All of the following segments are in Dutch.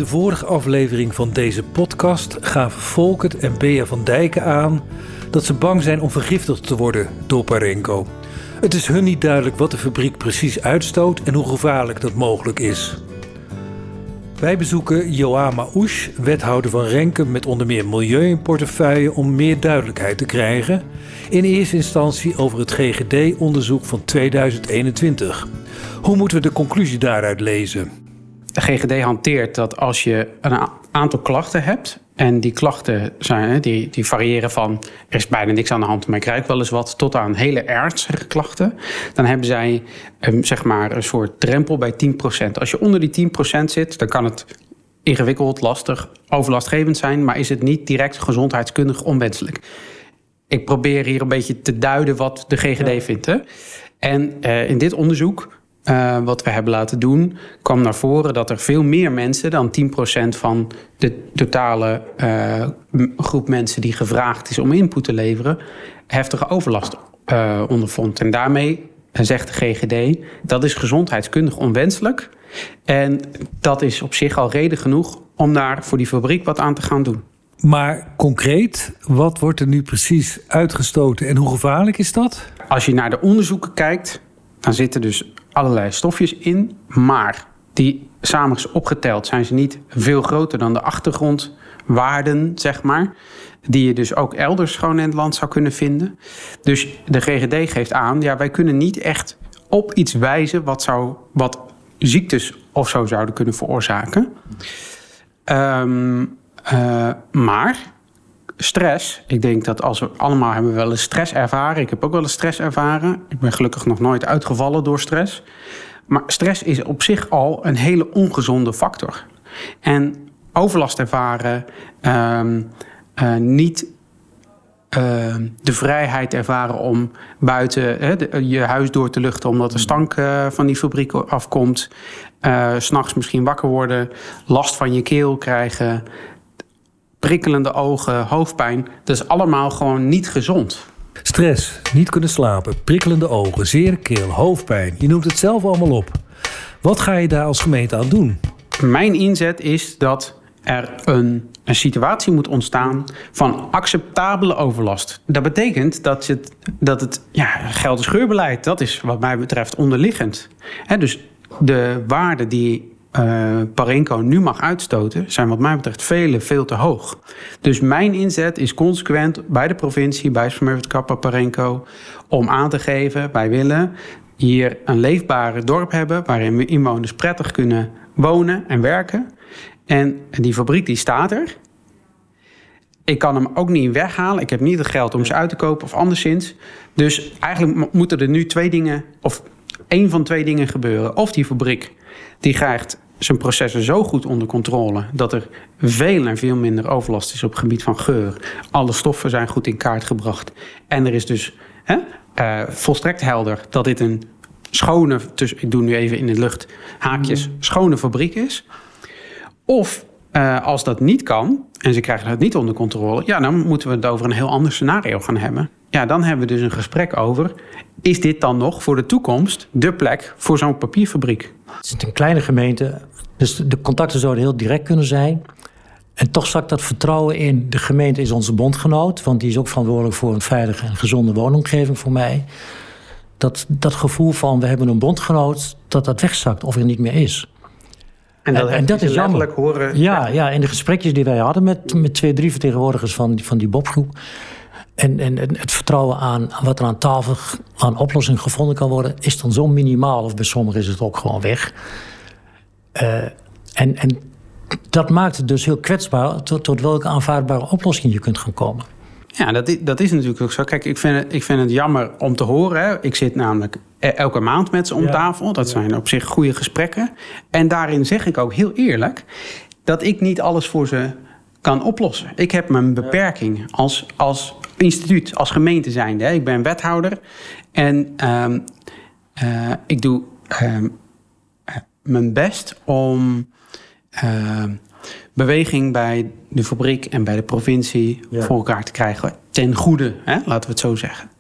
vorige aflevering van deze podcast gaven Volkert en Bea van Dijken aan dat ze bang zijn om vergiftigd te worden door Parenco. Het is hun niet duidelijk wat de fabriek precies uitstoot en hoe gevaarlijk dat mogelijk is. Wij bezoeken Joama Oesch, wethouder van Renkum met onder meer milieu in portefeuille, om meer duidelijkheid te krijgen. In eerste instantie over het GGD-onderzoek van 2021. Hoe moeten we de conclusie daaruit lezen? De GGD hanteert dat als je een aantal klachten hebt, en die klachten zijn, die variëren van er is bijna niks aan de hand, maar ik ruik wel eens wat, tot aan hele ernstige klachten. Dan hebben zij zeg maar een soort drempel bij 10%. Als je onder die 10% zit, dan kan het ingewikkeld, lastig, overlastgevend zijn, maar is het niet direct gezondheidskundig onwenselijk. Ik probeer hier een beetje te duiden wat de GGD vindt. Hè? En in dit onderzoek, wat we hebben laten doen, kwam naar voren dat er veel meer mensen dan 10% van de totale groep mensen die gevraagd is om input te leveren, heftige overlast ondervond. En daarmee zegt de GGD, dat is gezondheidskundig onwenselijk. En dat is op zich al reden genoeg om daar voor die fabriek wat aan te gaan doen. Maar concreet, wat wordt er nu precies uitgestoten en hoe gevaarlijk is dat? Als je naar de onderzoeken kijkt, dan zitten dus allerlei stofjes in, maar die samen opgeteld zijn ze niet veel groter dan de achtergrondwaarden, zeg maar, die je dus ook elders gewoon in het land zou kunnen vinden. Dus de GGD geeft aan, ja, wij kunnen niet echt op iets wijzen wat ziektes of zo zouden kunnen veroorzaken. Maar stress, ik denk dat als we allemaal hebben wel eens stress ervaren. Ik heb ook wel eens stress ervaren. Ik ben gelukkig nog nooit uitgevallen door stress. Maar stress is op zich al een hele ongezonde factor. En overlast ervaren, niet de vrijheid ervaren om buiten je huis door te luchten omdat de stank van die fabriek afkomt. 's Nachts misschien wakker worden, last van je keel krijgen, prikkelende ogen, hoofdpijn. Dat is allemaal gewoon niet gezond. Stress, niet kunnen slapen, prikkelende ogen, zere keel, hoofdpijn. Je noemt het zelf allemaal op. Wat ga je daar als gemeente aan doen? Mijn inzet is dat er een situatie moet ontstaan van acceptabele overlast. Dat betekent dat het geld- en scheurbeleid, dat is wat mij betreft onderliggend. Dus de waarden die Parenco nu mag uitstoten, zijn wat mij betreft veel te hoog. Dus mijn inzet is consequent bij de provincie, bij Smurfit Kappa Parenco, om aan te geven, wij willen hier een leefbare dorp hebben, waarin inwoners prettig kunnen wonen en werken. En die fabriek die staat er. Ik kan hem ook niet weghalen. Ik heb niet het geld om ze uit te kopen of anderszins. Dus eigenlijk moeten er nu één van twee dingen gebeuren. Of die fabriek die krijgt zijn processen zo goed onder controle dat er veel minder overlast is op het gebied van geur. Alle stoffen zijn goed in kaart gebracht. En er is dus volstrekt helder dat dit een schone, ik doe nu even in de lucht haakjes, schone fabriek is. Of als dat niet kan en ze krijgen het niet onder controle, ja, dan moeten we het over een heel ander scenario gaan hebben. Ja, dan hebben we dus een gesprek over, is dit dan nog voor de toekomst de plek voor zo'n papierfabriek? Het is een kleine gemeente, dus de contacten zouden heel direct kunnen zijn. En toch zakt dat vertrouwen in. De gemeente is onze bondgenoot, want die is ook verantwoordelijk voor een veilige en gezonde woonomgeving voor mij. Dat gevoel van we hebben een bondgenoot, dat wegzakt of er niet meer is. En dat is jammer. Horen. Ja, in de gesprekjes die wij hadden met 2-3 vertegenwoordigers van die Bobgroep. En het vertrouwen aan wat er aan tafel aan oplossing gevonden kan worden, is dan zo minimaal, of bij sommigen is het ook gewoon weg. En dat maakt het dus heel kwetsbaar tot welke aanvaardbare oplossing je kunt gaan komen. Ja, dat is natuurlijk ook zo. Kijk, ik vind het jammer om te horen. Hè. Ik zit namelijk elke maand met ze om tafel. Dat zijn op zich goede gesprekken. En daarin zeg ik ook heel eerlijk dat ik niet alles voor ze kan oplossen. Ik heb mijn beperking als instituut, als gemeente zijnde. Hè. Ik ben wethouder en ik doe mijn best om beweging bij de fabriek en bij de provincie voor elkaar te krijgen. Ten goede, hè? Laten we het zo zeggen.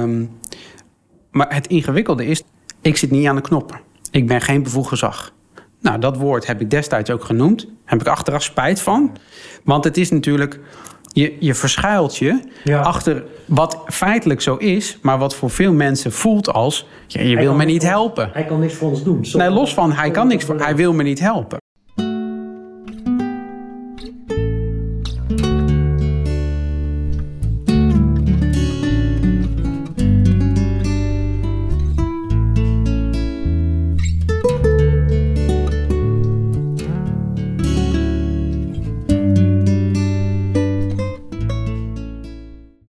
Maar het ingewikkelde is, ik zit niet aan de knoppen. Ik ben geen bevoegd gezag. Nou, dat woord heb ik destijds ook genoemd. Heb ik achteraf spijt van. Want het is natuurlijk... Je verschuilt je achter wat feitelijk zo is... maar wat voor veel mensen voelt als... je wil me niet helpen. Hij kan niks voor ons doen. Nee, los van, hij kan niks voor... Hij wil me niet helpen.